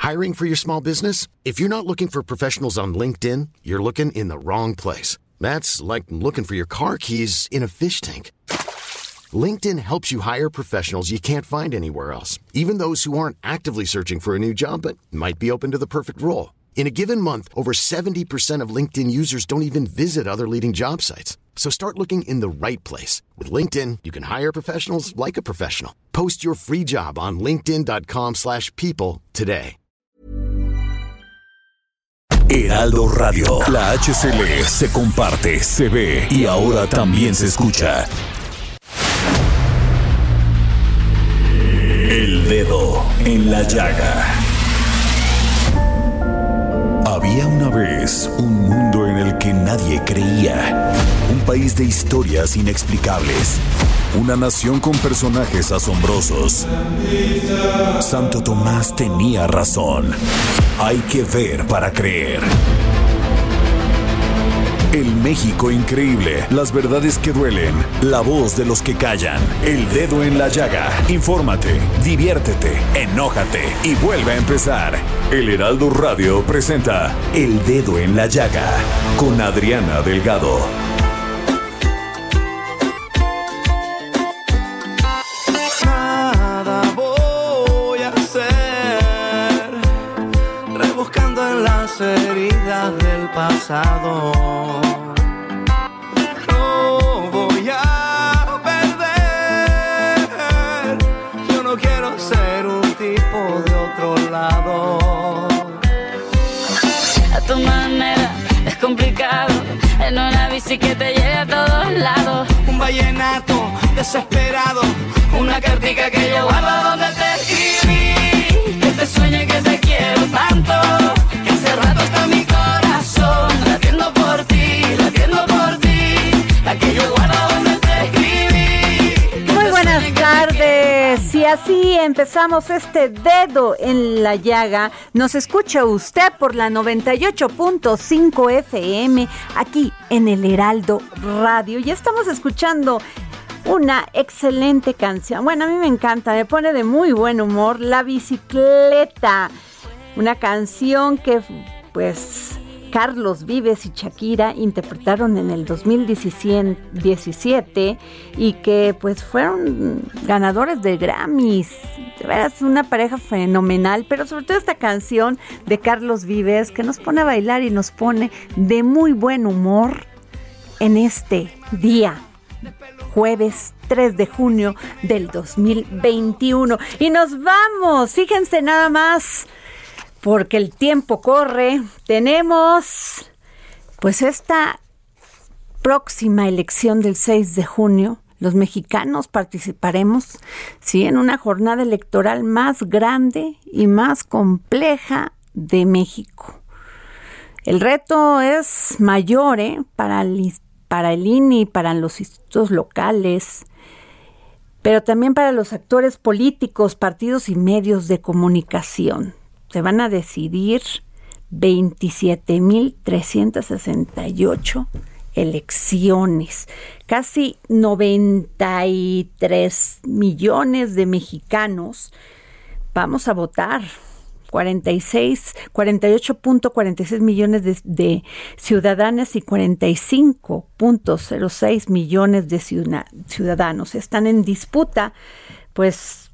Hiring for your small business? If you're not looking for professionals on LinkedIn, you're looking in the wrong place. That's like looking for your car keys in a fish tank. LinkedIn helps you hire professionals you can't find anywhere else, even those who aren't actively searching for a new job but might be open to the perfect role. In a given month, over 70% of LinkedIn users don't even visit other leading job sites. So start looking in the right place. With LinkedIn, you can hire professionals like a professional. Post your free job on linkedin.com/people today. Heraldo Radio. La HCL se comparte, se ve y ahora también se escucha. El dedo en la llaga. Había una vez un mundo en el que nadie creía. Un país de historias inexplicables. Una nación con personajes asombrosos. Santo Tomás tenía razón. Hay que ver para creer. El México increíble, las verdades que duelen, la voz de los que callan, el dedo en la llaga. Infórmate, diviértete, enójate y vuelve a empezar. El Heraldo Radio presenta El Dedo en la Llaga con Adriana Delgado. Nada voy a hacer, rebuscando en las heridas del pasado. A tu manera es complicado, en una bici que te lleve a todos lados. Un vallenato desesperado, una cartica que yo guardo donde te escribí. Que te sueñe que te quiero tanto, que hace rato está mi corazón latiendo por ti, la que yo guardo donde te escribí. Muy buenas tardes, y así empezamos este Dedo en la Llaga. Nos escucha usted por la 98.5 FM aquí en el Heraldo Radio. Ya estamos escuchando una excelente canción. Bueno, a mí me encanta, me pone de muy buen humor, La Bicicleta. Una canción que pues Carlos Vives y Shakira interpretaron en el 2017 y que pues fueron ganadores de Grammys. De veras, una pareja fenomenal, pero sobre todo esta canción de Carlos Vives que nos pone a bailar y nos pone de muy buen humor en este día, jueves 3 de junio del 2021. Y nos vamos, fíjense nada más, porque el tiempo corre. Tenemos pues esta próxima elección del 6 de junio. Los mexicanos participaremos, sí, en una jornada electoral más grande y más compleja de México. El reto es mayor, para el INE y para los institutos locales, pero también para los actores políticos, partidos y medios de comunicación. Se van a decidir 27,368 elecciones. Casi 93 millones de mexicanos vamos a votar. 48.46 millones de ciudadanas y 45.06 millones de ciudadanos. Están en disputa, pues,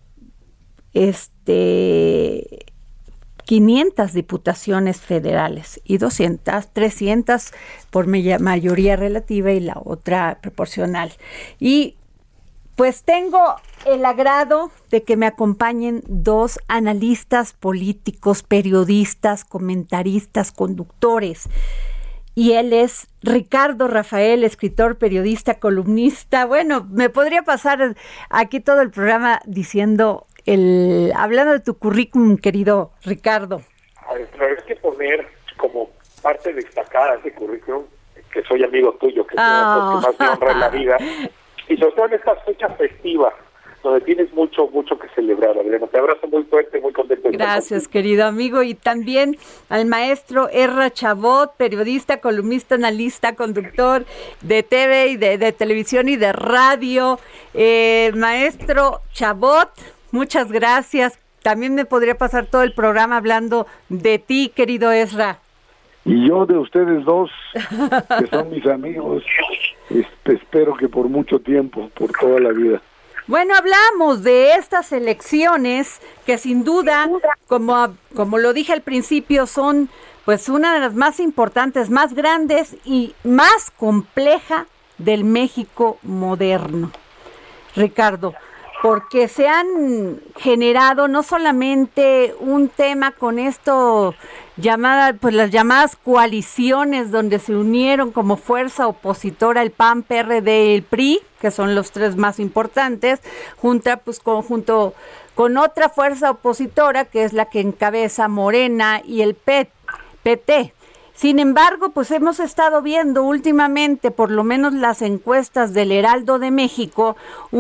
500 diputaciones federales y 300 por mayoría relativa y la otra proporcional. Y pues tengo el agrado de que me acompañen dos analistas políticos, periodistas, comentaristas, conductores. Y él es Ricardo Rafael, escritor, periodista, columnista. Bueno, me podría pasar aquí todo el programa hablando de tu currículum, querido Ricardo. A ver, pero hay que poner como parte destacada de ese currículum que soy amigo tuyo, que es una cosa que más me honra en la vida. Y sobre todo en estas fechas festivas, donde tienes mucho que celebrar, Adriana. Te abrazo muy fuerte, muy contento. Gracias, querido amigo. Y también al maestro Erra Chabot, periodista, columnista, analista, conductor de TV y de televisión y de radio. Maestro Chabot, muchas gracias también me podría pasar todo el programa hablando de ti, querido Ezra. Y yo de ustedes dos, que son mis amigos, espero que por mucho tiempo, por toda la vida. Bueno, hablamos de estas elecciones que sin duda, como lo dije al principio, son pues una de las más importantes, más grandes y más compleja del México moderno. Ricardo, porque se han generado no solamente un tema con esto las llamadas coaliciones donde se unieron como fuerza opositora el PAN, PRD y el PRI, que son los tres más importantes, junto con otra fuerza opositora que es la que encabeza Morena y el PT. Sin embargo, pues hemos estado viendo últimamente, por lo menos las encuestas del Heraldo de México,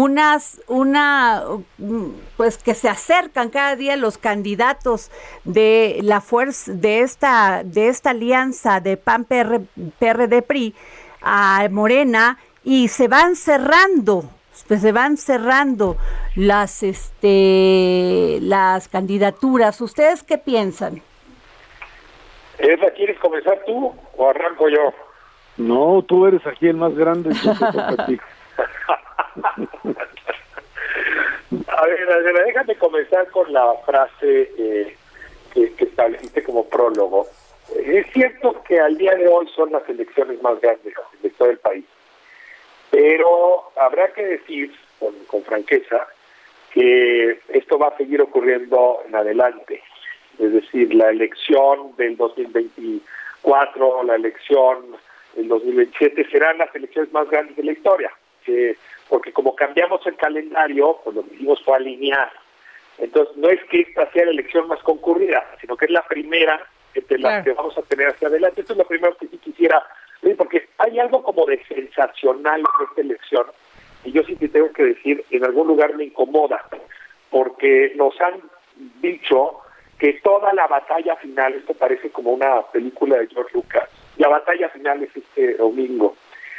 pues que se acercan cada día los candidatos de la fuerza de esta alianza de PAN, PRD, PRI a Morena, y se van cerrando las candidaturas. ¿Ustedes qué piensan? Ezra, ¿quieres comenzar tú o arranco yo? No, tú eres aquí el más grande. A ver, déjame comenzar con la frase que estableciste como prólogo. Es cierto que al día de hoy son las elecciones más grandes de todo el país, pero habrá que decir con franqueza que esto va a seguir ocurriendo en adelante. Es decir, la elección del 2024, la elección del 2027 serán las elecciones más grandes de la historia, porque como cambiamos el calendario, pues lo que hicimos fue alinear. Entonces, no es que esta sea la elección más concurrida, sino que es la primera entre las que vamos a tener hacia adelante. Esto es lo primero que sí quisiera decir, porque hay algo como de sensacional en esta elección, y yo sí te tengo que decir, en algún lugar me incomoda, porque nos han dicho que toda la batalla final, esto parece como una película de George Lucas, la batalla final es este domingo.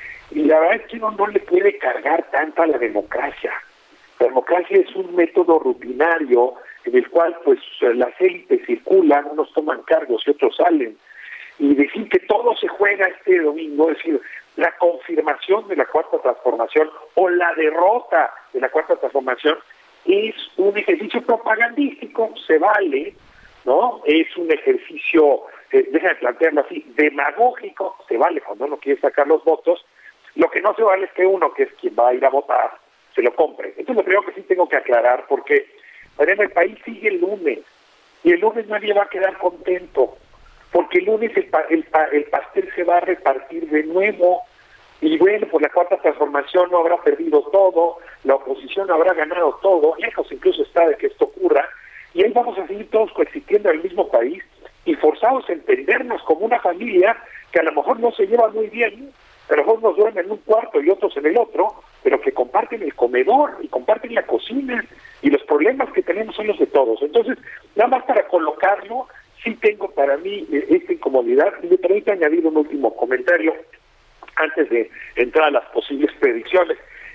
Y la verdad es que uno no le puede cargar tanto a la democracia. La democracia es un método rutinario en el cual pues las élites circulan, unos toman cargos y otros salen. Y decir que todo se juega este domingo, es decir, la confirmación de la Cuarta Transformación o la derrota de la Cuarta Transformación es un ejercicio propagandístico, se vale, ¿no? Es un ejercicio, déjame plantearlo así, demagógico, se vale cuando uno quiere sacar los votos. Lo que no se vale es que uno, que es quien va a ir a votar, se lo compre. Esto es lo primero que sí tengo que aclarar, porque el país sigue el lunes, y el lunes nadie va a quedar contento, porque el lunes el pastel se va a repartir de nuevo, y bueno, pues la Cuarta Transformación no habrá perdido todo, la oposición habrá ganado todo, lejos incluso está de que esto ocurra, y ahí vamos a seguir todos coexistiendo en el mismo país y forzados a entendernos como una familia que a lo mejor no se lleva muy bien, a lo mejor unos duermen en un cuarto y otros en el otro, pero que comparten el comedor y comparten la cocina, y los problemas que tenemos son los de todos. Entonces, nada más para colocarlo, sí tengo para mí esta incomodidad, y me permite añadir un último comentario antes de entrar a las posibles predicciones.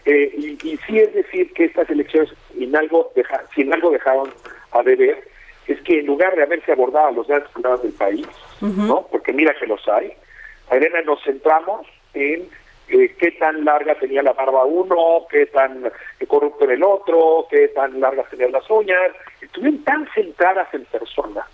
Y sí es decir que estas elecciones si en algo dejaron a deber, es que en lugar de haberse abordado los grandes problemas del país, ¿no? Porque mira que los hay, Elena, nos centramos en qué tan larga tenía la barba uno, qué tan corrupto era el otro, qué tan largas tenían las uñas. Estuvieron tan centradas en personas,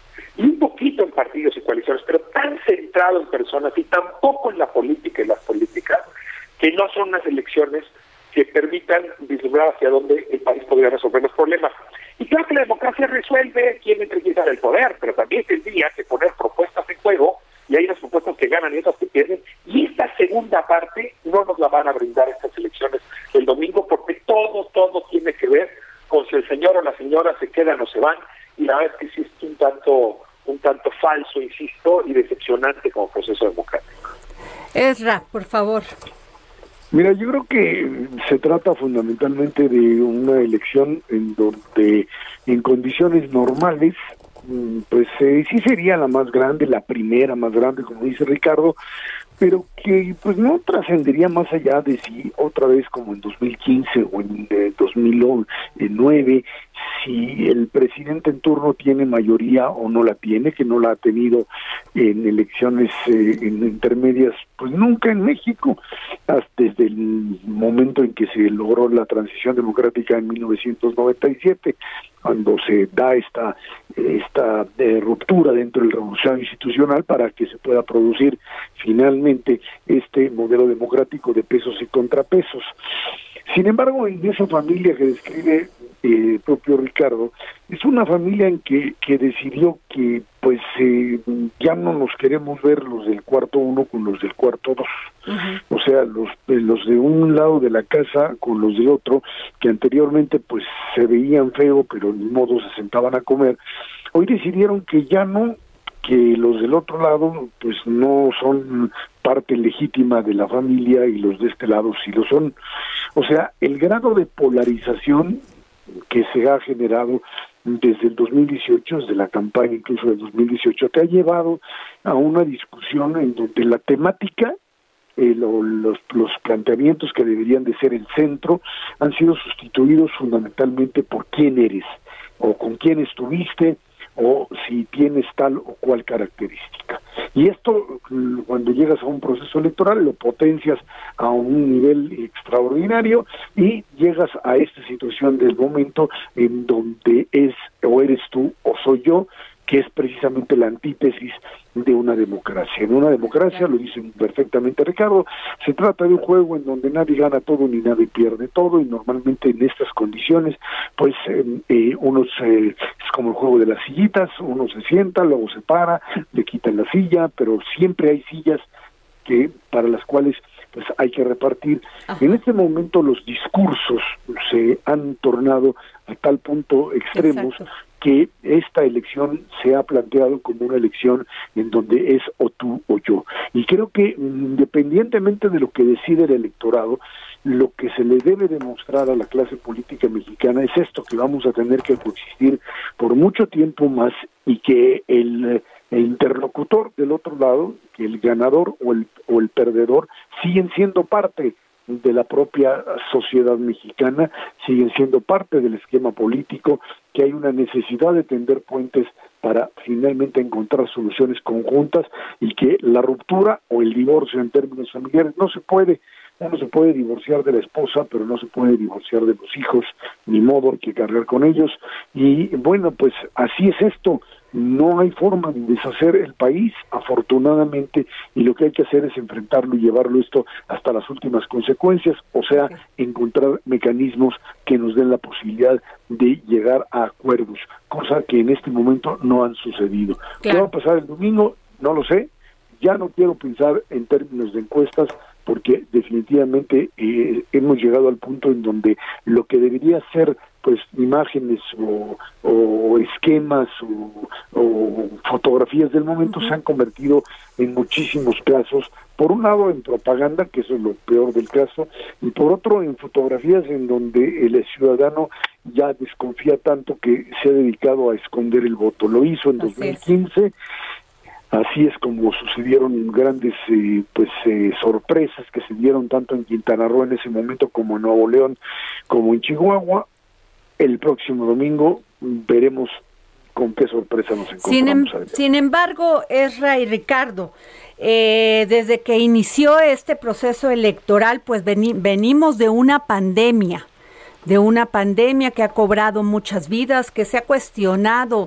y un poquito en partidos y coaliciones, pero tan centrado en personas y tampoco en la política y las políticas, que no son unas elecciones que permitan vislumbrar hacia dónde el país podría resolver los problemas. Y claro que la democracia resuelve quién entrega el poder, pero también tendría que poner propuestas en juego, y hay unas propuestas que ganan y otras que pierden, y esta segunda parte no nos la van a brindar estas elecciones el domingo, porque todo tiene que ver con si el señor o la señora se quedan o se van, y la verdad es que sí es un tanto falso, insisto, y decepcionante como proceso democrático. Ezra, por favor. Mira, yo creo que se trata fundamentalmente de una elección en donde en condiciones normales, pues sí sería la más grande, la primera más grande, como dice Ricardo, pero que pues no trascendería más allá de si otra vez como en 2015 o en 2009, si el presidente en turno tiene mayoría o no la tiene, que no la ha tenido en elecciones en intermedias, pues nunca en México, desde el momento en que se logró la transición democrática en 1997, cuando se da esta ruptura dentro del revolución institucional para que se pueda producir finalmente este modelo democrático de pesos y contrapesos. Sin embargo, en esa familia que describe el propio Ricardo, es una familia en que decidió que pues ya no nos queremos ver los del cuarto 1 con los del cuarto 2. Uh-huh. O sea, los de un lado de la casa con los del otro, que anteriormente pues se veían feo, pero ni modo se sentaban a comer. Hoy decidieron que ya no, que los del otro lado pues no son parte legítima de la familia y los de este lado sí lo son. O sea, el grado de polarización que se ha generado desde el 2018, desde la campaña incluso del 2018, te ha llevado a una discusión en donde la temática, los planteamientos que deberían de ser el centro, han sido sustituidos fundamentalmente por quién eres, o con quién estuviste, o si tienes tal o cual característica. Y esto, cuando llegas a un proceso electoral, lo potencias a un nivel extraordinario y llegas a esta situación del momento en donde es o eres tú o soy yo, que es precisamente la antítesis de una democracia. En una democracia, lo dice perfectamente Ricardo, se trata de un juego en donde nadie gana todo ni nadie pierde todo, y normalmente en estas condiciones, pues es como el juego de las sillitas, uno se sienta, luego se para, le quitan la silla, pero siempre hay sillas que para las cuales pues hay que repartir. Ajá. En este momento los discursos se han tornado a tal punto extremos. Exacto. Que esta elección se ha planteado como una elección en donde es o tú o yo. Y creo que independientemente de lo que decide el electorado, lo que se le debe demostrar a la clase política mexicana es esto, que vamos a tener que coexistir por mucho tiempo más, y que el interlocutor del otro lado, que el ganador o el perdedor, siguen siendo parte de la propia sociedad mexicana, siguen siendo parte del esquema político, que hay una necesidad de tender puentes para finalmente encontrar soluciones conjuntas, y que la ruptura o el divorcio en términos familiares no se puede divorciar de la esposa, pero no se puede divorciar de los hijos, ni modo, hay que cargar con ellos. Y bueno, pues así es esto. No hay forma de deshacer el país, afortunadamente, y lo que hay que hacer es enfrentarlo y llevarlo esto hasta las últimas consecuencias, o sea, encontrar mecanismos que nos den la posibilidad de llegar a acuerdos, cosa que en este momento no han sucedido. Claro. ¿Qué va a pasar el domingo? No lo sé. Ya no quiero pensar en términos de encuestas, porque definitivamente hemos llegado al punto en donde lo que debería ser pues imágenes o esquemas o fotografías del momento se han convertido en muchísimos casos, por un lado en propaganda, que eso es lo peor del caso, y por otro en fotografías en donde el ciudadano ya desconfía tanto que se ha dedicado a esconder el voto. Lo hizo en 2015. Así es como sucedieron grandes sorpresas que se dieron tanto en Quintana Roo en ese momento, como en Nuevo León, como en Chihuahua. El próximo domingo veremos con qué sorpresa nos encontramos. Sin embargo, Ezra y Ricardo, desde que inició este proceso electoral, pues venimos de una pandemia que ha cobrado muchas vidas, que se ha cuestionado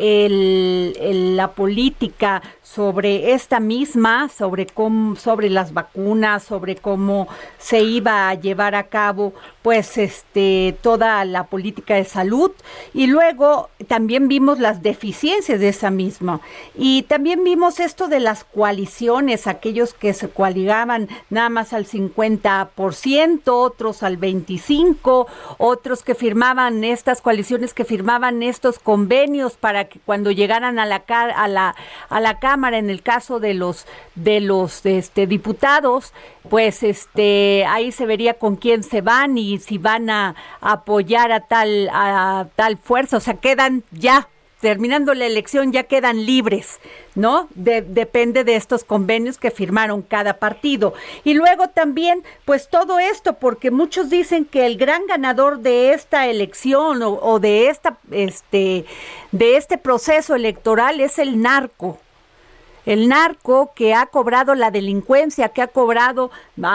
la política sobre esta misma, sobre las vacunas, sobre cómo se iba a llevar a cabo pues toda la política de salud, y luego también vimos las deficiencias de esa misma, y también vimos esto de las coaliciones, aquellos que se coaligaban nada más al 50%, otros al 25%, otros que firmaban estas coaliciones, que firmaban estos convenios para que cuando llegaran a la Cámara, en el caso de los diputados, pues ahí se vería con quién se van y si van a apoyar a tal fuerza, o sea, quedan ya terminando la elección ya quedan libres, ¿no? Depende de estos convenios que firmaron cada partido. Y luego también, pues todo esto, porque muchos dicen que el gran ganador de esta elección o de este proceso electoral es el narco. El narco que ha cobrado la delincuencia, que ha cobrado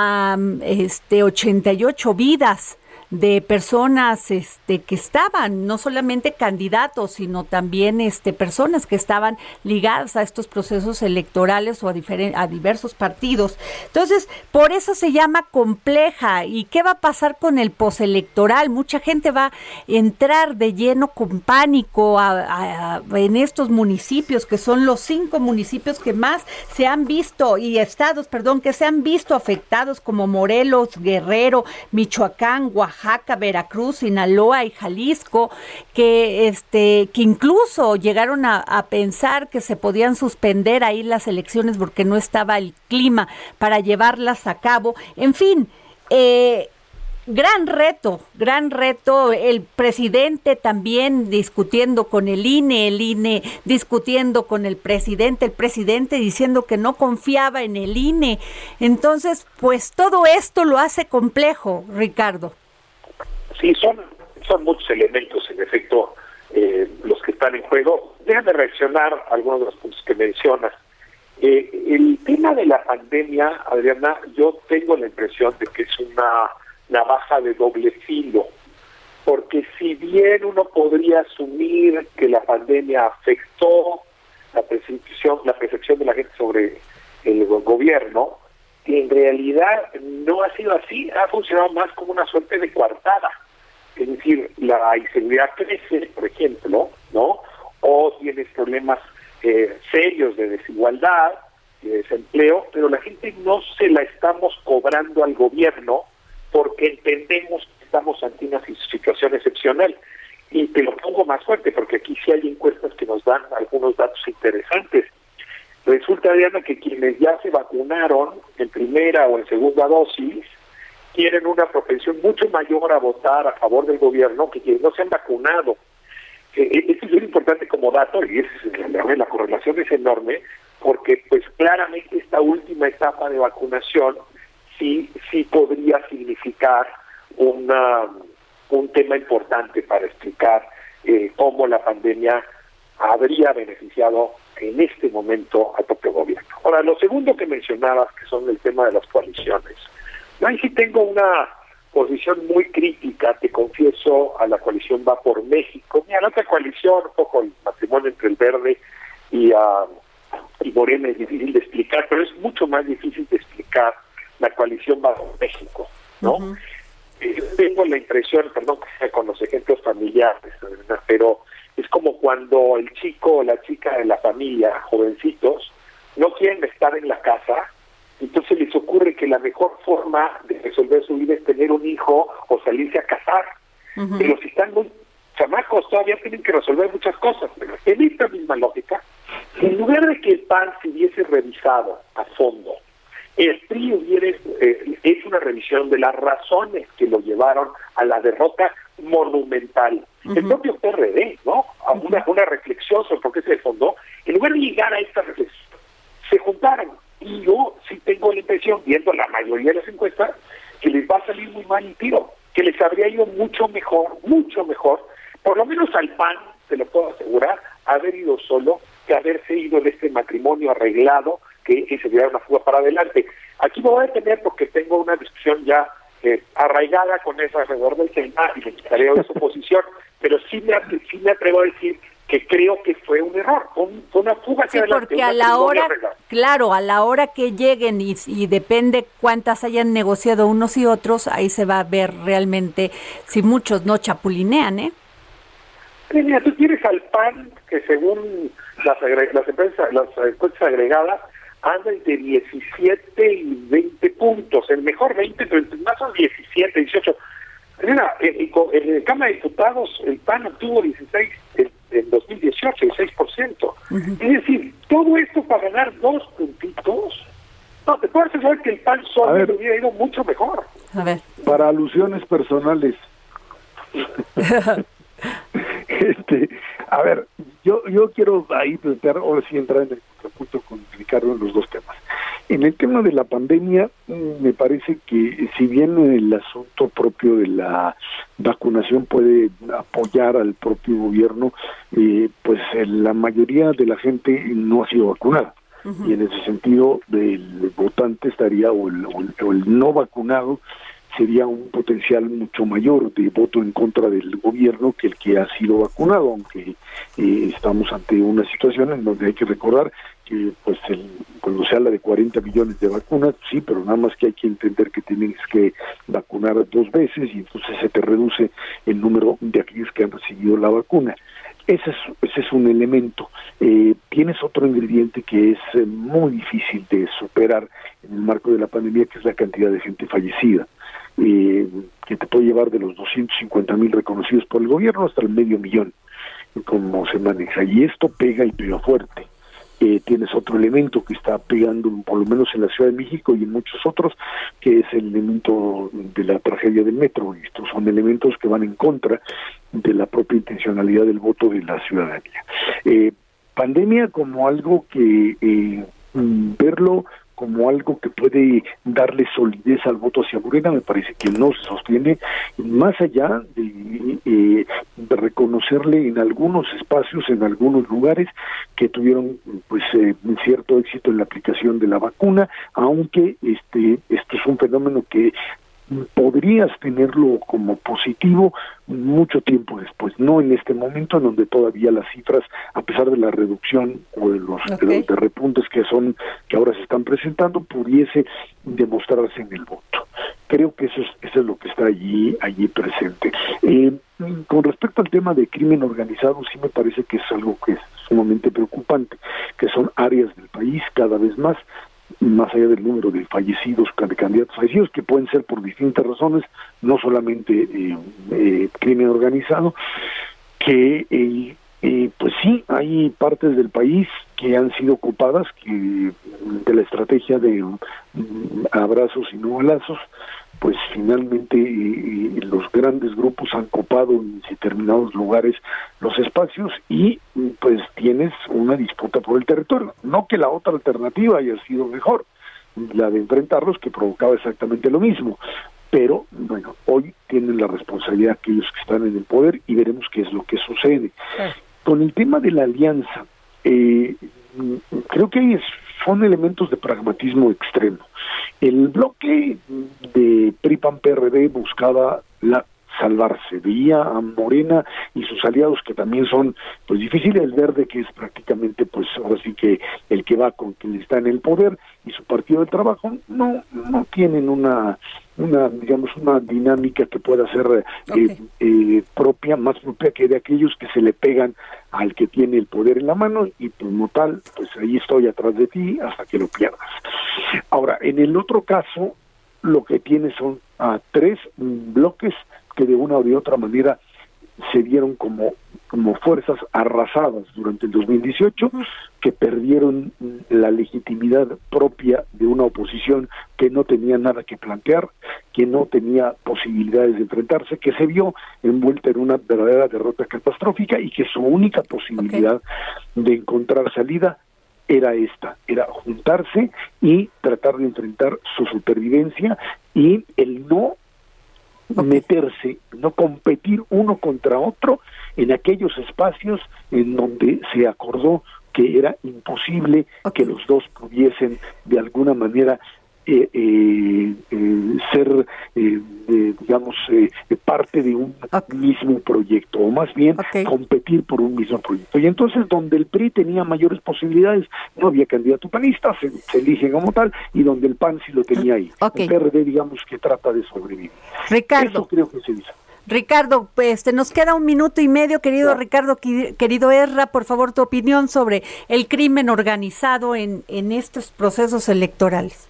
88 vidas de personas que estaban, no solamente candidatos, sino también personas que estaban ligadas a estos procesos electorales o a diversos partidos. Entonces, por eso se llama compleja. ¿Y qué va a pasar con el postelectoral? Mucha gente va a entrar de lleno con pánico en estos municipios, que son los 5 municipios que más se han visto, y estados, que se han visto afectados, como Morelos, Guerrero, Michoacán, Oaxaca, Veracruz, Sinaloa y Jalisco, que incluso llegaron a pensar que se podían suspender ahí las elecciones porque no estaba el clima para llevarlas a cabo. En fin, gran reto, el presidente también discutiendo con el INE discutiendo con el presidente diciendo que no confiaba en el INE. Entonces, pues todo esto lo hace complejo, Ricardo. Sí, son muchos elementos, en efecto, los que están en juego. Déjame reaccionar a algunos de los puntos que mencionas. El tema de la pandemia, Adriana, yo tengo la impresión de que es una navaja de doble filo, porque si bien uno podría asumir que la pandemia afectó la percepción de la gente sobre el gobierno, en realidad no ha sido así, ha funcionado más como una suerte de coartada. Es decir, la inseguridad crece, por ejemplo, ¿no? O tienes problemas serios de desigualdad, de desempleo, pero la gente no se la estamos cobrando al gobierno porque entendemos que estamos ante una situación excepcional. Y te lo pongo más fuerte, porque aquí sí hay encuestas que nos dan algunos datos interesantes. Resulta, Diana, que quienes ya se vacunaron en primera o en segunda dosis tienen una propensión mucho mayor a votar a favor del gobierno que quienes no se han vacunado. Esto es muy importante como dato, y la correlación es enorme, porque pues claramente esta última etapa de vacunación sí podría significar un tema importante para explicar cómo la pandemia habría beneficiado en este momento al propio gobierno. Ahora, lo segundo que mencionabas, que son el tema de las coaliciones. Yo ahí sí tengo una posición muy crítica, te confieso, a la coalición Va por México. Mira, la otra coalición, un poco el matrimonio entre el Verde y Morena es difícil de explicar, pero es mucho más difícil de explicar la coalición Va por México, ¿no? Uh-huh. Tengo la impresión, perdón que sea con los ejemplos familiares, pero es como cuando el chico o la chica de la familia, jovencitos, no quieren estar en la casa. Entonces les ocurre que la mejor forma de resolver su vida es tener un hijo o salirse a casar. Uh-huh. Pero si están muy chamacos todavía tienen que resolver muchas cosas. Pero en esta misma lógica, en lugar de que el PAN se hubiese revisado a fondo, el PRI hubiera hecho una revisión de las razones que lo llevaron a la derrota monumental. Uh-huh. El propio PRD, ¿no? A una reflexión sobre por qué se defondó. En lugar de llegar a esta reflexión, se juntaron. Y yo sí tengo la impresión, viendo la mayoría de las encuestas, que les va a salir muy mal el tiro, que les habría ido mucho mejor, por lo menos al PAN, te lo puedo asegurar, haber ido solo, que haberse ido de este matrimonio arreglado, que sería una fuga para adelante. Aquí me voy a detener porque tengo una discusión ya arraigada con eso alrededor del tema y le quitaré de su posición, pero sí me atrevo a decir que creo que fue un error, fue una fuga hacia adelante. Porque a la hora que lleguen y depende cuántas hayan negociado unos y otros, ahí se va a ver realmente si muchos no chapulinean, ¿eh? Mira, tú tienes al PAN, que según las encuestas agregadas, anda entre 17 y 20 puntos, el mejor 20, pero más son 17, 18. Mira, en la Cámara de Diputados, el PAN obtuvo 16 en 2018, el 6%. Uh-huh. Es decir, todo esto para ganar 2 puntitos. No, te puedo asegurar que el PAN solo le hubiera ido mucho mejor. A ver. Para alusiones personales. A ver, yo quiero ahí plantear, ahora sí entrar en el contrapunto con Ricardo en los dos temas. En el tema de la pandemia, me parece que si bien el asunto propio de la vacunación puede apoyar al propio gobierno, pues la mayoría de la gente no ha sido vacunada. Y en ese sentido, el votante estaría, o el no vacunado, sería un potencial mucho mayor de voto en contra del gobierno que el que ha sido vacunado, aunque estamos ante una situación en donde hay que recordar que pues cuando se habla de 40 millones de vacunas, sí, pero nada más que hay que entender que tienes que vacunar 2 veces y entonces se te reduce el número de aquellos que han recibido la vacuna. Ese es un elemento. Tienes otro ingrediente que es muy difícil de superar en el marco de la pandemia, que es la cantidad de gente fallecida, que te puede llevar de los 250,000 reconocidos por el gobierno hasta el 500,000, como se maneja. Y esto pega y pega fuerte. Tienes otro elemento que está pegando, por lo menos en la Ciudad de México y en muchos otros, que es el elemento de la tragedia del metro. Y estos son elementos que van en contra de la propia intencionalidad del voto de la ciudadanía. Pandemia como algo que verlo como algo que puede darle solidez al voto hacia Morena, me parece que no se sostiene, más allá de reconocerle en algunos espacios, en algunos lugares, que tuvieron pues cierto éxito en la aplicación de la vacuna, aunque esto es un fenómeno que podrías tenerlo como positivo mucho tiempo después, no en este momento en donde todavía las cifras, a pesar de la reducción o de los de repuntes que ahora se están presentando, pudiese demostrarse en el voto. Creo que eso es lo que está allí presente. Con respecto al tema de crimen organizado, sí me parece que es algo que es sumamente preocupante, que son áreas del país cada vez más allá del número de fallecidos, de candidatos fallecidos, que pueden ser por distintas razones, no solamente crimen organizado, que pues sí, hay partes del país que han sido ocupadas que de la estrategia de abrazos y no balazos, pues finalmente los grandes grupos han copado en determinados lugares los espacios y pues tienes una disputa por el territorio. No que la otra alternativa haya sido mejor, la de enfrentarlos, que provocaba exactamente lo mismo, pero bueno, hoy tienen la responsabilidad aquellos que están en el poder y veremos qué es lo que sucede. Con el tema de la alianza, creo que son elementos de pragmatismo extremo. El bloque de PRI-PAN-PRD buscaba salvarse, veía a Morena y sus aliados, que también son pues difíciles, el Verde, que es prácticamente pues ahora sí que el que va con quien está en el poder, y su Partido del Trabajo no tienen una dinámica que pueda ser más propia que de aquellos que se le pegan al que tiene el poder en la mano, y como tal, pues ahí estoy atrás de ti hasta que lo pierdas. Ahora, en el otro caso, lo que tienes son 3 bloques que de una o de otra manera se dieron como fuerzas arrasadas durante el 2018, que perdieron la legitimidad propia de una oposición que no tenía nada que plantear, que no tenía posibilidades de enfrentarse, que se vio envuelta en una verdadera derrota catastrófica y que su única posibilidad de encontrar salida era juntarse y tratar de enfrentar su supervivencia y el no meterse, no competir uno contra otro en aquellos espacios en donde se acordó que era imposible que los dos pudiesen de alguna manera ser, digamos, parte de un mismo proyecto, o más bien competir por un mismo proyecto. Y entonces, donde el PRI tenía mayores posibilidades, no había candidato panista, se elige como tal, y donde el PAN sí lo tenía ahí. El PRD, digamos, que trata de sobrevivir. Ricardo. Eso creo que se dice. Ricardo, pues nos queda 1 minuto y medio, querido Ricardo, querido Erra, por favor, tu opinión sobre el crimen organizado en estos procesos electorales.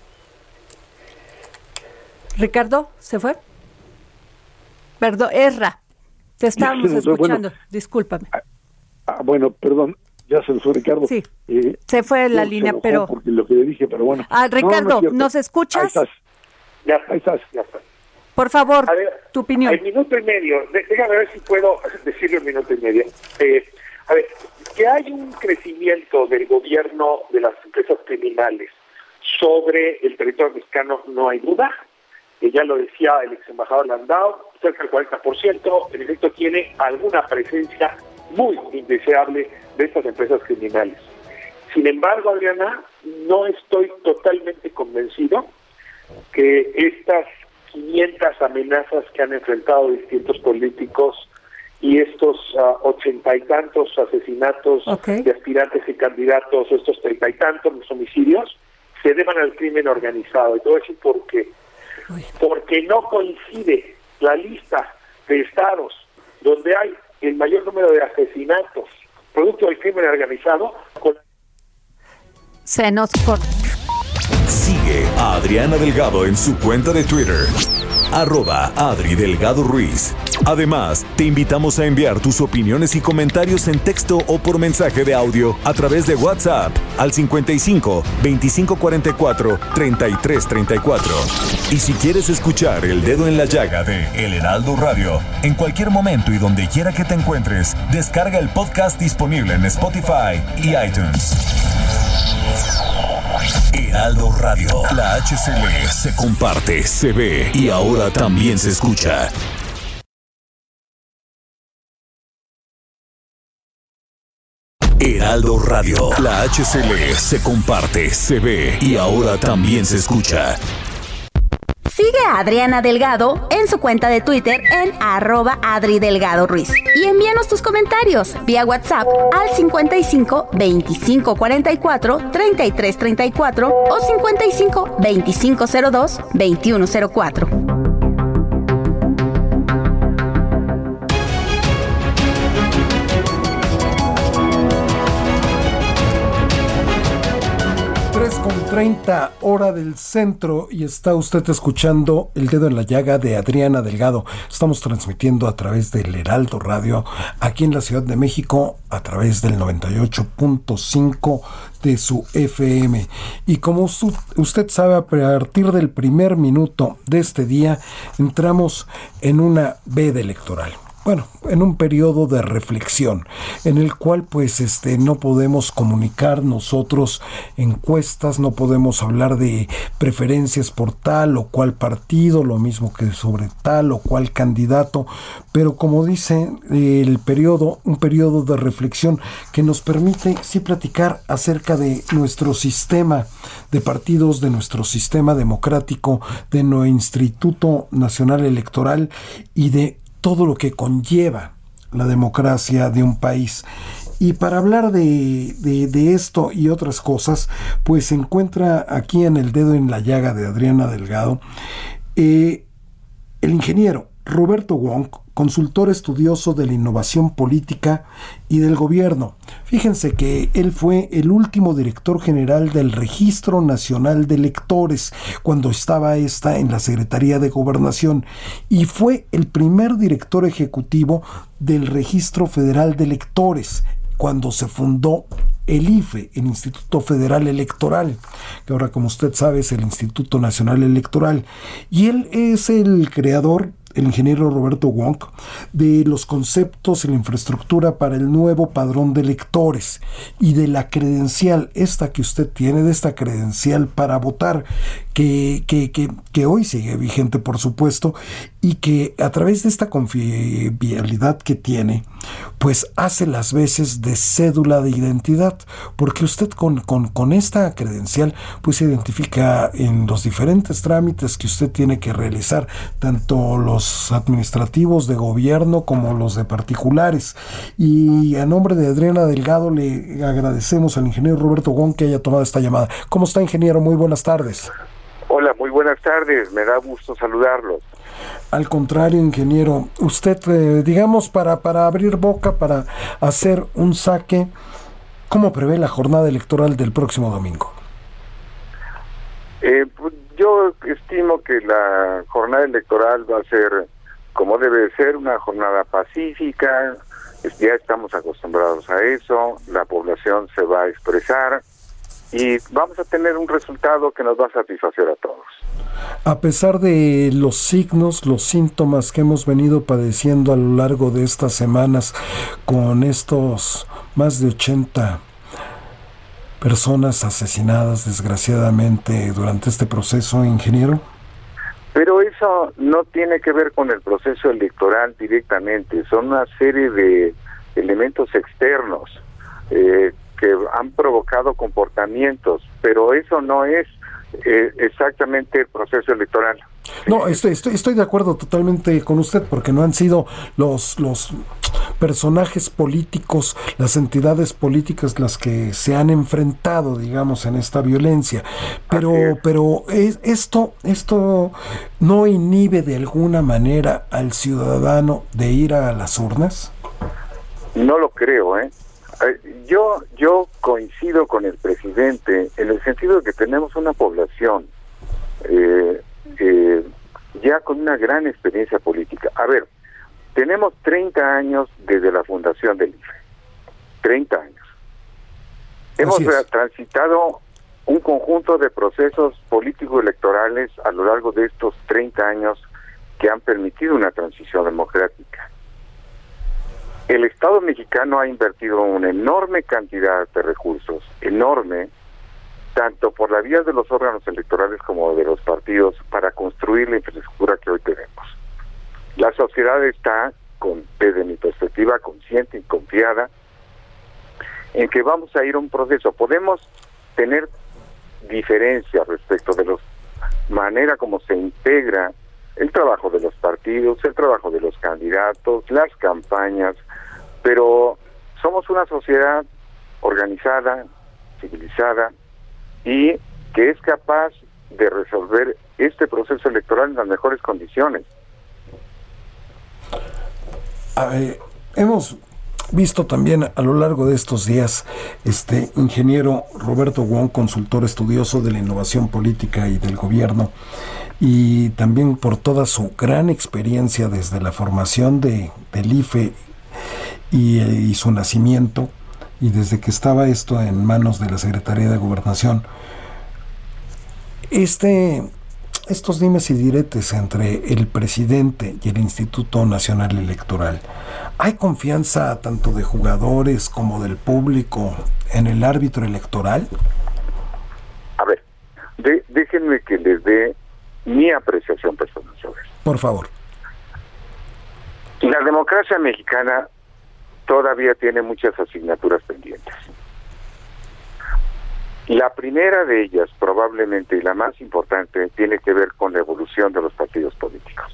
Ricardo, ¿se fue? Perdón, Erra, te estábamos escuchando, discúlpame. Bueno, perdón, ya se fue Ricardo. Sí, se fue la línea, pero... Porque lo que le dije, pero bueno. Ricardo, ¿nos escuchas? Ahí estás. Ya. Por favor, a ver, tu opinión. En minuto y medio, déjame ver si puedo decirlo en minuto y medio. A ver, que hay un crecimiento del gobierno de las empresas criminales sobre el territorio mexicano, no hay duda. Ya lo decía el ex embajador Landau, cerca del 40%, en efecto tiene alguna presencia muy indeseable de estas empresas criminales. Sin embargo, Adriana, no estoy totalmente convencido que estas 500 amenazas que han enfrentado distintos políticos y estos 80 y tantos asesinatos de aspirantes y candidatos, estos 30 y tantos homicidios, se deban al crimen organizado. Y todo eso porque no coincide la lista de estados donde hay el mayor número de asesinatos producto del crimen organizado con... Se nos corta. Sigue a Adriana Delgado en su cuenta de Twitter, @AdriDelgadoRuiz. Además, te invitamos a enviar tus opiniones y comentarios en texto o por mensaje de audio a través de WhatsApp al 55 2544 3334. Y si quieres escuchar El Dedo en la Llaga de El Heraldo Radio, en cualquier momento y donde quiera que te encuentres, descarga el podcast disponible en Spotify y iTunes. Heraldo Radio, la HCL se comparte, se ve y ahora también se escucha. Heraldo Radio, la HCL se comparte, se ve y ahora también se escucha. Sigue a Adriana Delgado en su cuenta de Twitter en @AdriDelgadoRuiz. Y envíanos tus comentarios vía WhatsApp al 55 25 44 33 34 o 55 25 02 21 04. Con 30 hora del centro y está usted escuchando El Dedo en la Llaga de Adriana Delgado. Estamos transmitiendo a través del Heraldo Radio aquí en la Ciudad de México a través del 98.5 de su FM. Y como usted sabe, a partir del primer minuto de este día entramos en una veda electoral. Bueno, en un periodo de reflexión en el cual pues no podemos comunicar nosotros encuestas, no podemos hablar de preferencias por tal o cual partido, lo mismo que sobre tal o cual candidato, pero como dice un periodo de reflexión que nos permite sí platicar acerca de nuestro sistema de partidos, de nuestro sistema democrático, de nuestro Instituto Nacional Electoral y de todo lo que conlleva la democracia de un país. Y para hablar de esto y otras cosas, pues se encuentra aquí en El Dedo en la Llaga de Adriana Delgado el ingeniero Roberto Wong, consultor estudioso de la innovación política y del gobierno. Fíjense que él fue el último director general del Registro Nacional de Electores cuando estaba en la Secretaría de Gobernación y fue el primer director ejecutivo del Registro Federal de Electores cuando se fundó el IFE, el Instituto Federal Electoral, que ahora, como usted sabe, es el Instituto Nacional Electoral. Y él es el creador, el ingeniero Roberto Wong, de los conceptos y la infraestructura para el nuevo padrón de electores y de la credencial, esta que usted tiene, de esta credencial para votar, que hoy sigue vigente, por supuesto, y que a través de esta confiabilidad que tiene, pues hace las veces de cédula de identidad, porque usted con esta credencial pues se identifica en los diferentes trámites que usted tiene que realizar, tanto los administrativos de gobierno como los de particulares. Y a nombre de Adriana Delgado le agradecemos al ingeniero Roberto Wong que haya tomado esta llamada. ¿Cómo está, ingeniero? Muy buenas tardes. Hola, muy buenas tardes, me da gusto saludarlos. Al contrario, ingeniero, usted, digamos, para abrir boca, para hacer un saque, ¿cómo prevé la jornada electoral del próximo domingo? Yo estimo que la jornada electoral va a ser, como debe ser, una jornada pacífica. Ya estamos acostumbrados a eso, la población se va a expresar y vamos a tener un resultado que nos va a satisfacer a todos. A pesar de los signos, los síntomas que hemos venido padeciendo a lo largo de estas semanas con estos más de 80 personas asesinadas desgraciadamente durante este proceso, ingeniero. Pero eso no tiene que ver con el proceso electoral directamente, son una serie de elementos externos que han provocado comportamientos, pero eso no es exactamente el proceso electoral. No, estoy de acuerdo totalmente con usted, porque no han sido los personajes políticos, las entidades políticas las que se han enfrentado, digamos, en esta violencia. Pero esto no inhibe de alguna manera al ciudadano de ir a las urnas. No lo creo, Yo coincido con el presidente en el sentido de que tenemos una población ya con una gran experiencia política. A ver, tenemos 30 años desde la fundación del IFE. 30 años. Hemos transitado un conjunto de procesos político-electorales a lo largo de estos 30 años que han permitido una transición democrática. El Estado mexicano ha invertido una enorme cantidad de recursos, enorme, tanto por la vía de los órganos electorales como de los partidos, para construir la infraestructura que hoy tenemos. La sociedad está, desde mi perspectiva, consciente y confiada en que vamos a ir a un proceso. Podemos tener diferencias respecto de la manera como se integra el trabajo de los partidos, el trabajo de los candidatos, las campañas, pero somos una sociedad organizada, civilizada, y que es capaz de resolver este proceso electoral en las mejores condiciones. Hemos visto también a lo largo de estos días, ingeniero Roberto Wong, consultor estudioso de la innovación política y del gobierno, y también por toda su gran experiencia desde la formación del IFE y su nacimiento, y desde que estaba esto en manos de la Secretaría de Gobernación, estos dimes y diretes entre el presidente y el Instituto Nacional Electoral, ¿hay confianza tanto de jugadores como del público en el árbitro electoral? A ver, déjenme que les dé mi apreciación personal sobre eso. Por favor. La democracia mexicana todavía tiene muchas asignaturas pendientes. La primera de ellas, probablemente, y la más importante, tiene que ver con la evolución de los partidos políticos.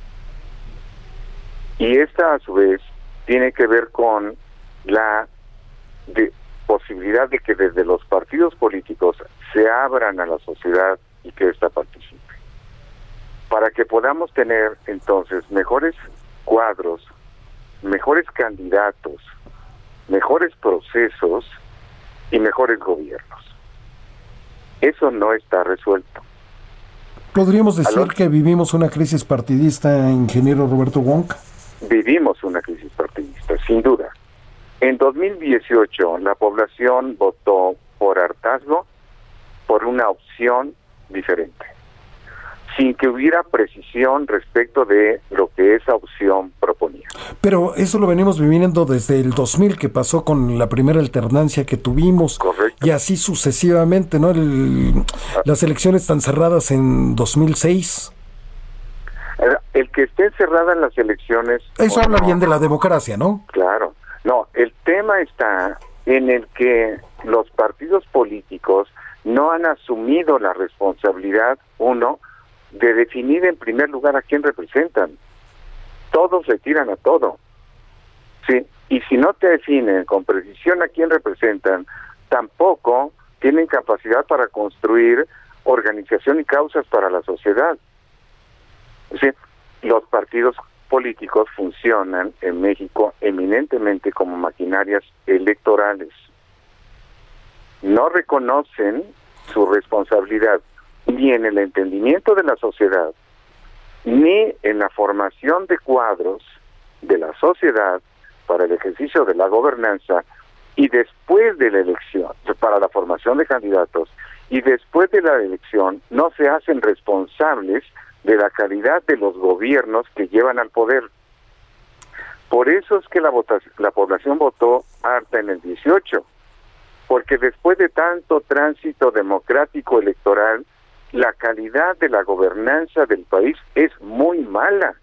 Y esta, a su vez, tiene que ver con la posibilidad de que desde los partidos políticos se abran a la sociedad y que ésta participe. Para que podamos tener, entonces, mejores cuadros, mejores candidatos, mejores procesos y mejores gobiernos. Eso no está resuelto. ¿Podríamos decir que vivimos una crisis partidista, ingeniero Roberto Wong? Vivimos una crisis partidista, sin duda. En 2018, la población votó por hartazgo por una opción diferente, sin que hubiera precisión respecto de lo que esa opción proponía. Pero eso lo venimos viviendo desde el 2000, que pasó con la primera alternancia que tuvimos. Correcto. Y así sucesivamente, ¿no? Las elecciones tan cerradas en 2006. El que esté cerrada en las elecciones... Eso habla bien de la democracia, ¿no? Claro. No, el tema está en el que los partidos políticos no han asumido la responsabilidad, de definir en primer lugar a quién representan. Todos le tiran a todo. Sí, y si no te definen con precisión a quién representan, tampoco tienen capacidad para construir organización y causas para la sociedad. Sí, los partidos políticos funcionan en México eminentemente como maquinarias electorales. No reconocen su responsabilidad ni en el entendimiento de la sociedad, ni en la formación de cuadros de la sociedad para el ejercicio de la gobernanza y después de la elección, para la formación de candidatos y después de la elección no se hacen responsables de la calidad de los gobiernos que llevan al poder. Por eso es que la población votó harta en el 18, porque después de tanto tránsito democrático electoral, la calidad de la gobernanza del país es muy mala,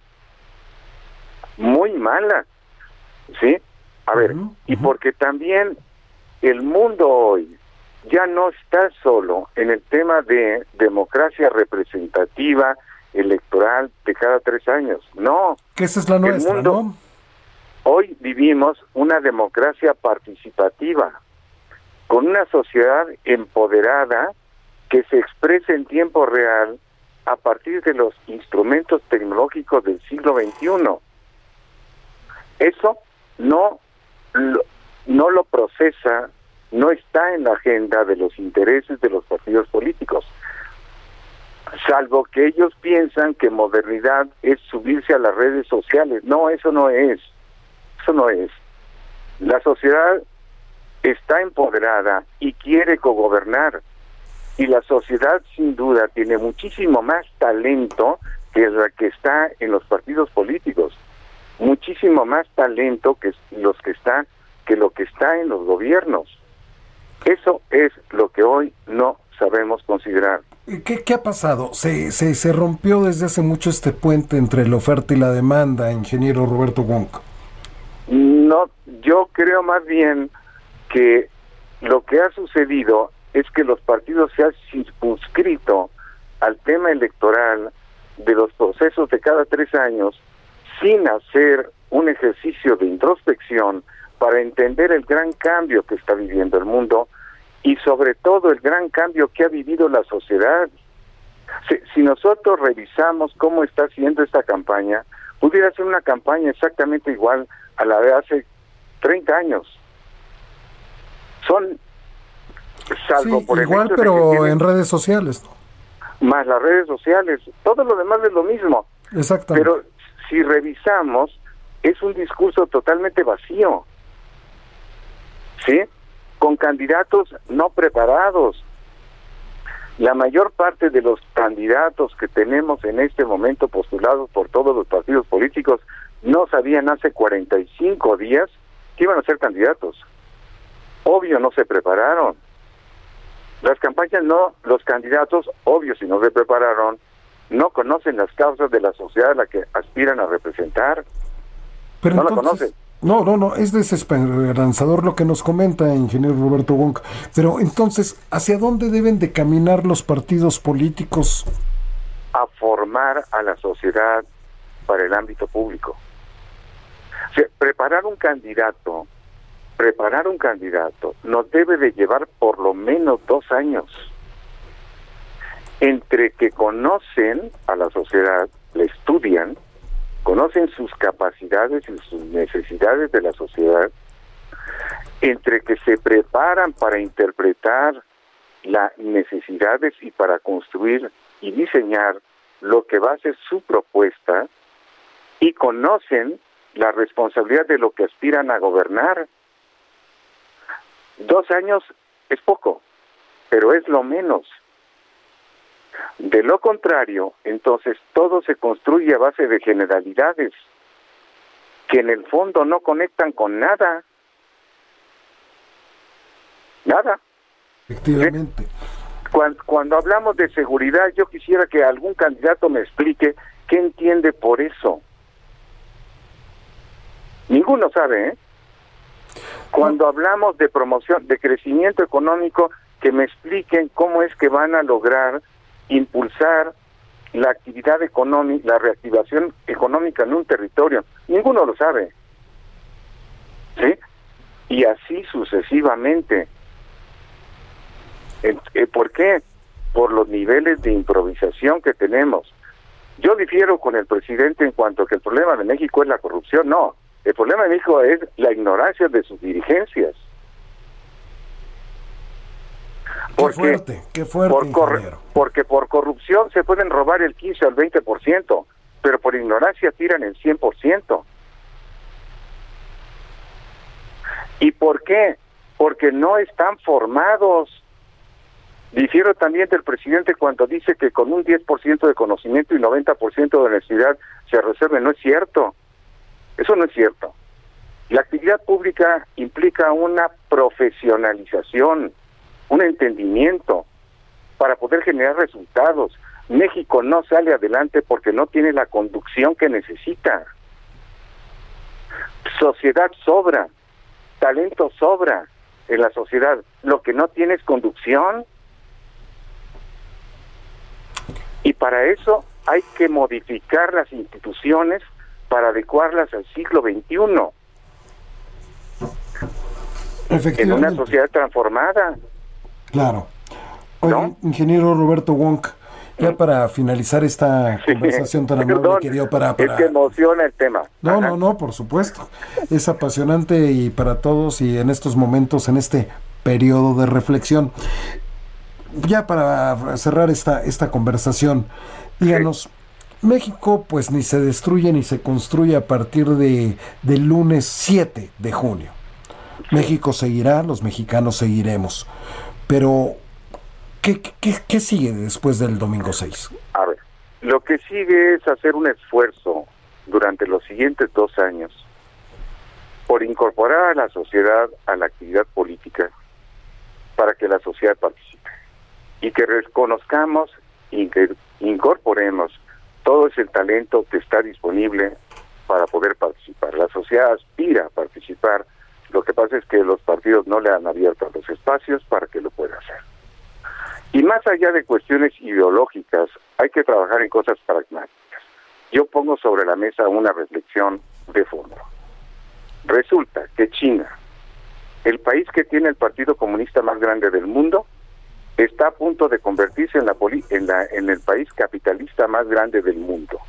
¿sí? A ver, y porque también el mundo hoy ya no está solo en el tema de democracia representativa electoral de cada 3 años, no. Que esa es la nuestra, ¿no? Hoy vivimos una democracia participativa, con una sociedad empoderada que se expresa en tiempo real a partir de los instrumentos tecnológicos del siglo XXI. Eso no lo procesa, no está en la agenda de los intereses de los partidos políticos, salvo que ellos piensan que modernidad es subirse a las redes sociales. No, eso no es. La sociedad está empoderada y quiere cogobernar, y la sociedad sin duda tiene muchísimo más talento que la que está en los partidos políticos, muchísimo más talento que lo que está en los gobiernos. Eso es lo que hoy no sabemos considerar. ¿Qué ha pasado? Se rompió desde hace mucho este puente entre la oferta y la demanda, ingeniero Roberto Wong. No, yo creo más bien que lo que ha sucedido es que los partidos se han circunscrito al tema electoral de los procesos de cada 3 años sin hacer un ejercicio de introspección para entender el gran cambio que está viviendo el mundo y sobre todo el gran cambio que ha vivido la sociedad. Si nosotros revisamos cómo está haciendo esta campaña, pudiera ser una campaña exactamente igual a la de hace 30 años. Son, salvo sí, por igual, el hecho pero de que tienen, en redes sociales, ¿no? Más las redes sociales, todo lo demás es lo mismo. Exactamente. Pero si revisamos, es un discurso totalmente vacío, ¿sí? Con candidatos no preparados. La mayor parte de los candidatos que tenemos en este momento postulados por todos los partidos políticos no sabían hace 45 días que iban a ser candidatos. Obvio no se prepararon. Las campañas no, los candidatos, obvio si no se prepararon, no conocen las causas de la sociedad a la que aspiran a representar. Pero no entonces, la conocen. No, es desesperanzador lo que nos comenta ingeniero Roberto Wong. Pero entonces, ¿hacia dónde deben de caminar los partidos políticos? A formar a la sociedad para el ámbito público. O sea, preparar un candidato nos debe de llevar por lo menos 2 años. Entre que conocen a la sociedad, la estudian, conocen sus capacidades y sus necesidades de la sociedad, entre que se preparan para interpretar las necesidades y para construir y diseñar lo que va a ser su propuesta, y conocen la responsabilidad de lo que aspiran a gobernar. 2 años es poco, pero es lo menos. De lo contrario, entonces todo se construye a base de generalidades que en el fondo no conectan con nada. Nada. Efectivamente. Cuando hablamos de seguridad, yo quisiera que algún candidato me explique qué entiende por eso. Ninguno sabe, ¿eh? Cuando hablamos de promoción, de crecimiento económico, que me expliquen cómo es que van a lograr impulsar la actividad económica, la reactivación económica en un territorio. Ninguno lo sabe, ¿sí? Y así sucesivamente. ¿Por qué? Por los niveles de improvisación que tenemos. Yo difiero con el presidente en cuanto a que el problema de México es la corrupción. No, el problema de México es la ignorancia de sus dirigencias. Qué fuerte, porque por corrupción se pueden robar el 15 al 20%, pero por ignorancia tiran el 100%. ¿Y por qué? Porque no están formados. Difiero también del presidente cuando dice que con un 10% de conocimiento y 90% de honestidad se resuelve. No es cierto. Eso no es cierto. La actividad pública implica una profesionalización, un entendimiento para poder generar resultados. México no sale adelante porque no tiene la conducción que necesita. Sociedad sobra, talento sobra en la sociedad. Lo que no tiene es conducción. Y para eso hay que modificar las instituciones para adecuarlas al siglo XXI. En una sociedad transformada. Claro. Oye, ¿no? Ingeniero Roberto Wong, ya para finalizar esta conversación tan amable que dio para... Es que emociona el tema. No, por supuesto. Es apasionante y para todos y en estos momentos, en este periodo de reflexión. Ya para cerrar esta conversación, díganos, México pues ni se destruye ni se construye a partir del lunes 7 de junio. México seguirá, los mexicanos seguiremos. Pero, ¿qué sigue después del domingo 6? A ver, lo que sigue es hacer un esfuerzo durante los siguientes 2 años por incorporar a la sociedad a la actividad política para que la sociedad participe y que reconozcamos y que incorporemos todo ese talento que está disponible para poder participar. La sociedad aspira a participar. Lo que pasa es que los partidos no le han abierto los espacios para que lo pueda hacer. Y más allá de cuestiones ideológicas, hay que trabajar en cosas pragmáticas. Yo pongo sobre la mesa una reflexión de fondo. Resulta que China, el país que tiene el partido comunista más grande del mundo, está a punto de convertirse en el país capitalista más grande del mundo.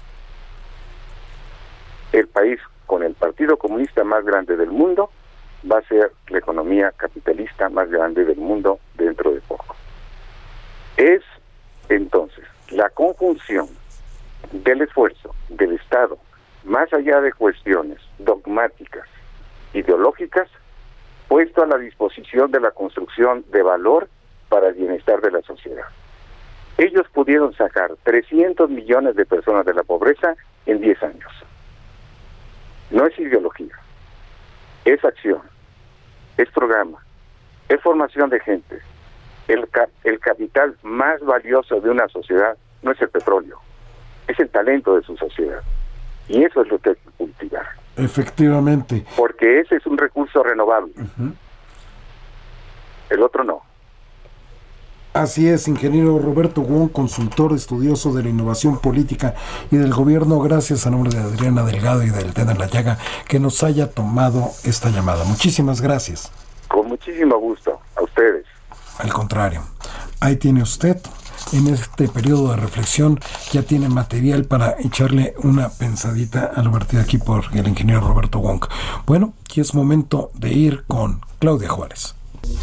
El país con el partido comunista más grande del mundo va a ser la economía capitalista más grande del mundo dentro de poco. Es entonces la conjunción del esfuerzo del Estado, más allá de cuestiones dogmáticas, ideológicas, puesto a la disposición de la construcción de valor para el bienestar de la sociedad. Ellos pudieron sacar 300 millones de personas de la pobreza en 10 años. No es ideología, es acción, es programa, es formación de gente. El capital más valioso de una sociedad no es el petróleo, es el talento de su sociedad. Y eso es lo que hay que cultivar. Efectivamente. Porque ese es un recurso renovable. Uh-huh. El otro no. Así es, ingeniero Roberto Wong, consultor estudioso de la innovación política y del gobierno. Gracias a nombre de Adriana Delgado y del Dedo en la Llaga que nos haya tomado esta llamada. Muchísimas gracias. Con muchísimo gusto, a ustedes. Al contrario, ahí tiene usted, en este periodo de reflexión, ya tiene material para echarle una pensadita a lo vertido aquí por el ingeniero Roberto Wong. Bueno, aquí es momento de ir con Claudia Juárez.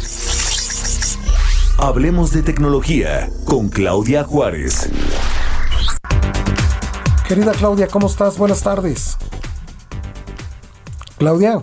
Hablemos de tecnología con Claudia Juárez. Querida Claudia, ¿cómo estás? Buenas tardes. Claudia.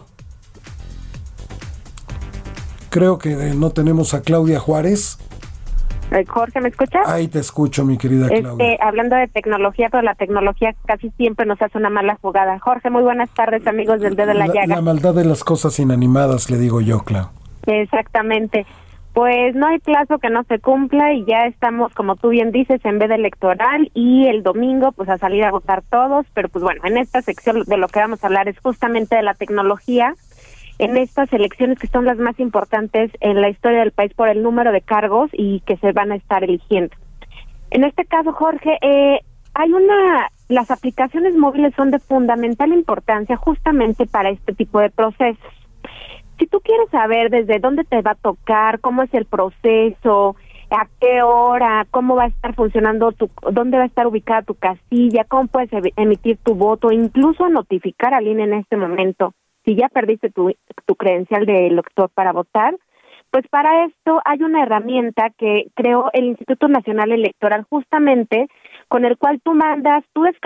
Creo que no tenemos a Claudia Juárez. Jorge, ¿me escuchas? Ahí te escucho, mi querida Claudia. Hablando de tecnología, pero la tecnología casi siempre nos hace una mala jugada. Jorge, muy buenas tardes, amigos del Dedo de la Llaga. La maldad de las cosas inanimadas, le digo yo, Clau. Exactamente. Pues no hay plazo que no se cumpla y ya estamos, como tú bien dices, en veda electoral y el domingo pues a salir a votar todos, pero pues bueno, en esta sección de lo que vamos a hablar es justamente de la tecnología, en estas elecciones que son las más importantes en la historia del país por el número de cargos y que se van a estar eligiendo. En este caso, Jorge, las aplicaciones móviles son de fundamental importancia justamente para este tipo de procesos. Si tú quieres saber desde dónde te va a tocar, cómo es el proceso, a qué hora, cómo va a estar funcionando dónde va a estar ubicada tu casilla, cómo puedes emitir tu voto, incluso notificar al INE en este momento, si ya perdiste tu credencial de elector para votar, pues para esto hay una herramienta que creó el Instituto Nacional Electoral justamente, con el cual tú mandas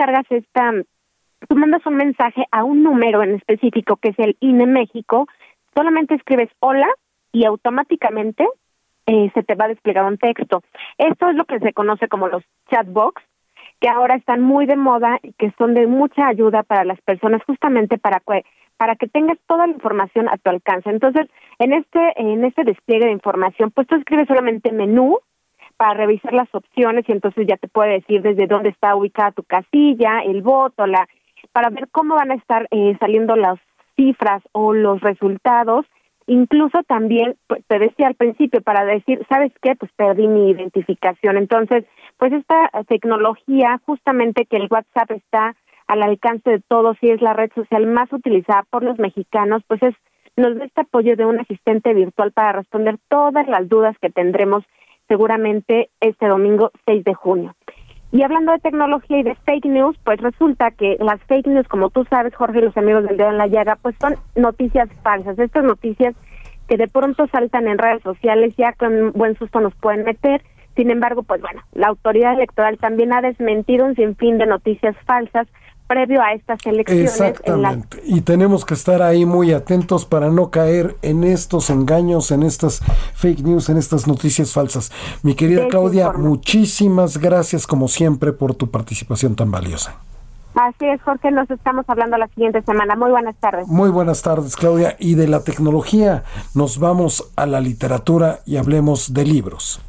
un mensaje a un número en específico que es el INE México. Solamente escribes hola y automáticamente se te va a desplegar un texto. Esto es lo que se conoce como los chatbots, que ahora están muy de moda y que son de mucha ayuda para las personas, justamente para que tengas toda la información a tu alcance. Entonces, en este despliegue de información, pues tú escribes solamente menú para revisar las opciones y entonces ya te puede decir desde dónde está ubicada tu casilla, el voto, para ver cómo van a estar saliendo las cifras o los resultados. Incluso también, pues, te decía al principio, para decir, ¿sabes qué? Pues perdí mi identificación. Entonces, pues esta tecnología, justamente que el WhatsApp está al alcance de todos y es la red social más utilizada por los mexicanos, pues nos da este apoyo de un asistente virtual para responder todas las dudas que tendremos seguramente este domingo 6 de junio. Y hablando de tecnología y de fake news, pues resulta que las fake news, como tú sabes, Jorge, y los amigos del Dedo en la Llaga, pues son noticias falsas. Estas noticias que de pronto saltan en redes sociales, ya con buen susto nos pueden meter. Sin embargo, pues bueno, la autoridad electoral también ha desmentido un sinfín de noticias falsas previo a estas elecciones. Exactamente, y tenemos que estar ahí muy atentos para no caer en estos engaños, en estas fake news, en estas noticias falsas. Mi querida Claudia, muchísimas gracias como siempre por tu participación tan valiosa. Así es, Jorge, nos estamos hablando la siguiente semana. Muy buenas tardes. Muy buenas tardes, Claudia. Y de la tecnología nos vamos a la literatura y hablemos de libros.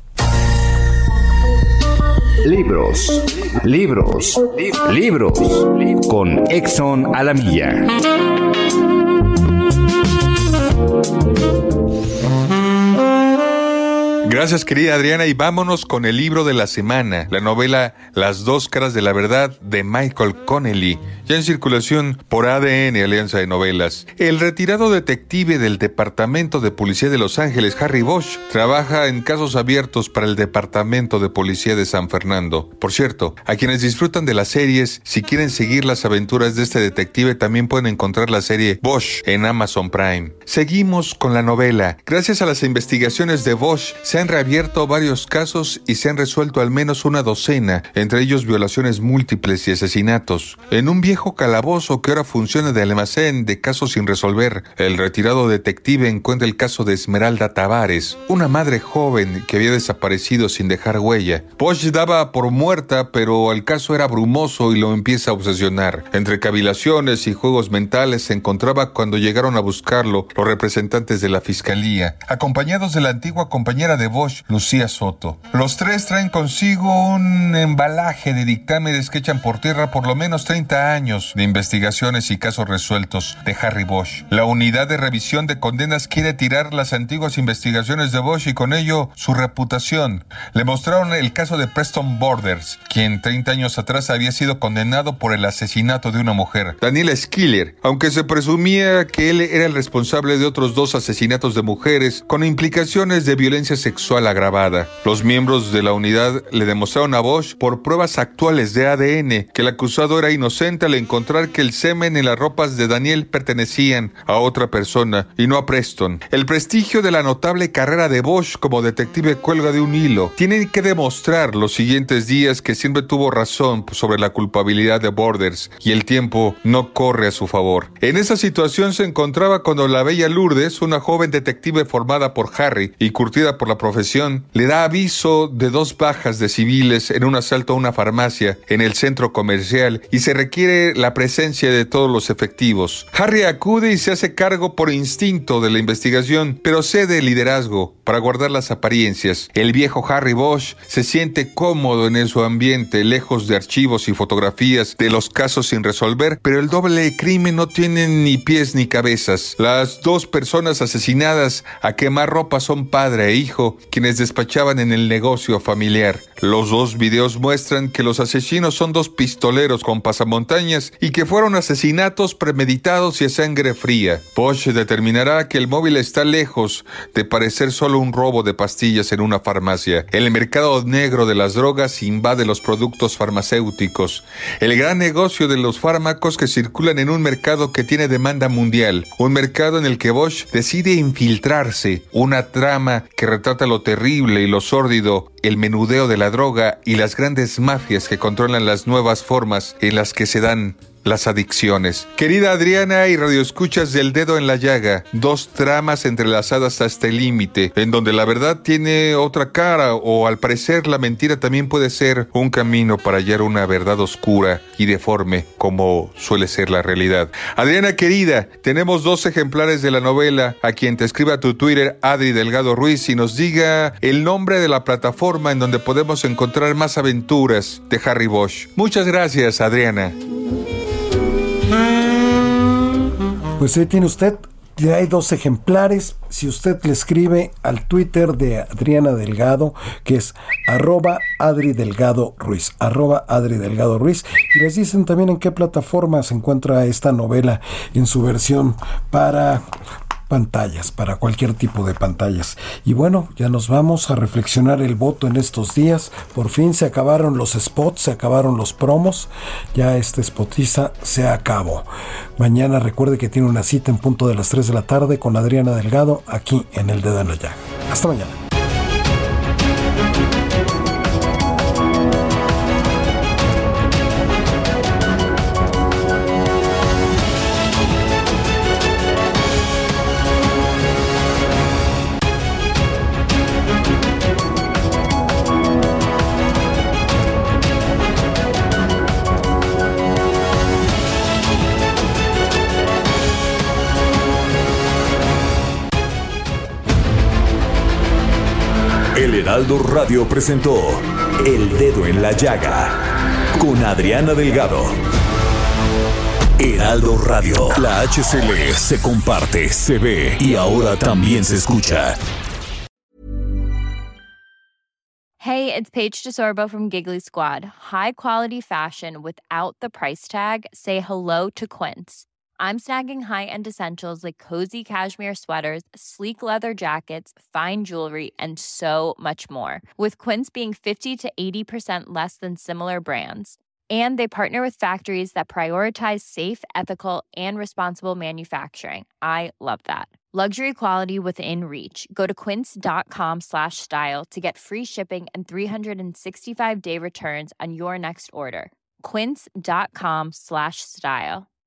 Libros, con Exxon a la milla. Gracias, querida Adriana, y vámonos con el libro de la semana, la novela Las dos caras de la verdad de Michael Connelly, ya en circulación por ADN, Alianza de Novelas. El retirado detective del Departamento de Policía de Los Ángeles, Harry Bosch, trabaja en casos abiertos para el Departamento de Policía de San Fernando. Por cierto, a quienes disfrutan de las series, si quieren seguir las aventuras de este detective, también pueden encontrar la serie Bosch en Amazon Prime. Seguimos con la novela. Gracias a las investigaciones de Bosch, se han reabierto varios casos y se han resuelto al menos una docena, entre ellos violaciones múltiples y asesinatos. En un viejo calabozo que ahora funciona de almacén de casos sin resolver, el retirado detective encuentra el caso de Esmeralda Tavares, una madre joven que había desaparecido sin dejar huella. Bosch daba por muerta, pero el caso era brumoso y lo empieza a obsesionar. Entre cavilaciones y juegos mentales se encontraba cuando llegaron a buscarlo los representantes de la fiscalía, acompañados de la antigua compañera de Bosch, Lucía Soto. Los tres traen consigo un embalaje de dictámenes que echan por tierra por lo menos 30 años de investigaciones y casos resueltos de Harry Bosch. La unidad de revisión de condenas quiere tirar las antiguas investigaciones de Bosch y con ello su reputación. Le mostraron el caso de Preston Borders, quien 30 años atrás había sido condenado por el asesinato de una mujer, Daniela Schiller, aunque se presumía que él era el responsable de otros 2 asesinatos de mujeres con implicaciones de violencia sexual agravada. Los miembros de la unidad le demostraron a Bosch por pruebas actuales de ADN que el acusado era inocente al encontrar que el semen en las ropas de Daniel pertenecían a otra persona y no a Preston. El prestigio de la notable carrera de Bosch como detective cuelga de un hilo. Tienen que demostrar los siguientes días que siempre tuvo razón sobre la culpabilidad de Borders y el tiempo no corre a su favor. En esa situación se encontraba cuando la bella Lourdes, una joven detective formada por Harry y curtida por la profesión, le da aviso de 2 bajas de civiles en un asalto a una farmacia en el centro comercial y se requiere la presencia de todos los efectivos. Harry acude y se hace cargo por instinto de la investigación, pero cede el liderazgo para guardar las apariencias. El viejo Harry Bosch se siente cómodo en su ambiente, lejos de archivos y fotografías de los casos sin resolver, pero el doble crimen no tiene ni pies ni cabezas. Las 2 personas asesinadas a quemarropa son padre e hijo, quienes despachaban en el negocio familiar. Los 2 videos muestran que los asesinos son 2 pistoleros con pasamontañas y que fueron asesinatos premeditados y a sangre fría. Bosch determinará que el móvil está lejos de parecer solo un robo de pastillas en una farmacia. El mercado negro de las drogas invade los productos farmacéuticos, el gran negocio de los fármacos que circulan en un mercado que tiene demanda mundial, un mercado en el que Bosch decide infiltrarse, una trama que retrata lo terrible y lo sórdido, el menudeo de la droga y las grandes mafias que controlan las nuevas formas en las que se dan las adicciones. Querida Adriana y radioescuchas del Dedo en la Llaga, dos tramas entrelazadas hasta el límite, en donde la verdad tiene otra cara, o al parecer la mentira también puede ser un camino para hallar una verdad oscura y deforme, como suele ser la realidad. Adriana querida, tenemos 2 ejemplares de la novela. A quien te escriba a tu Twitter, Adri Delgado Ruiz, y nos diga el nombre de la plataforma en donde podemos encontrar más aventuras de Harry Bosch. Muchas gracias, Adriana. Pues ahí tiene usted, ya hay 2 ejemplares. Si usted le escribe al Twitter de Adriana Delgado, que es @Adri Delgado Ruiz, @Adri Delgado Ruiz, y les dicen también en qué plataforma se encuentra esta novela en su versión para pantallas, para cualquier tipo de pantallas. Y bueno, ya nos vamos a reflexionar el voto en estos días. Por fin se acabaron los spots, se acabaron los promos, ya este Spotiza se acabó. Mañana recuerde que tiene una cita en punto de las 3 de la tarde con Adriana Delgado aquí en El Dedo en la Llaga. Hasta mañana. El Heraldo Radio presentó El Dedo en la Llaga con Adriana Delgado. Heraldo Radio, la HCL se comparte, se ve y ahora también se escucha. Hey, it's Paige DeSorbo from Giggly Squad. High quality fashion without the price tag. Say hello to Quince. I'm snagging high-end essentials like cozy cashmere sweaters, sleek leather jackets, fine jewelry, and so much more. With Quince being 50 to 80% less than similar brands. And they partner with factories that prioritize safe, ethical, and responsible manufacturing. I love that. Luxury quality within reach. Go to quince.com/style to get free shipping and 365-day returns on your next order. Quince.com/style.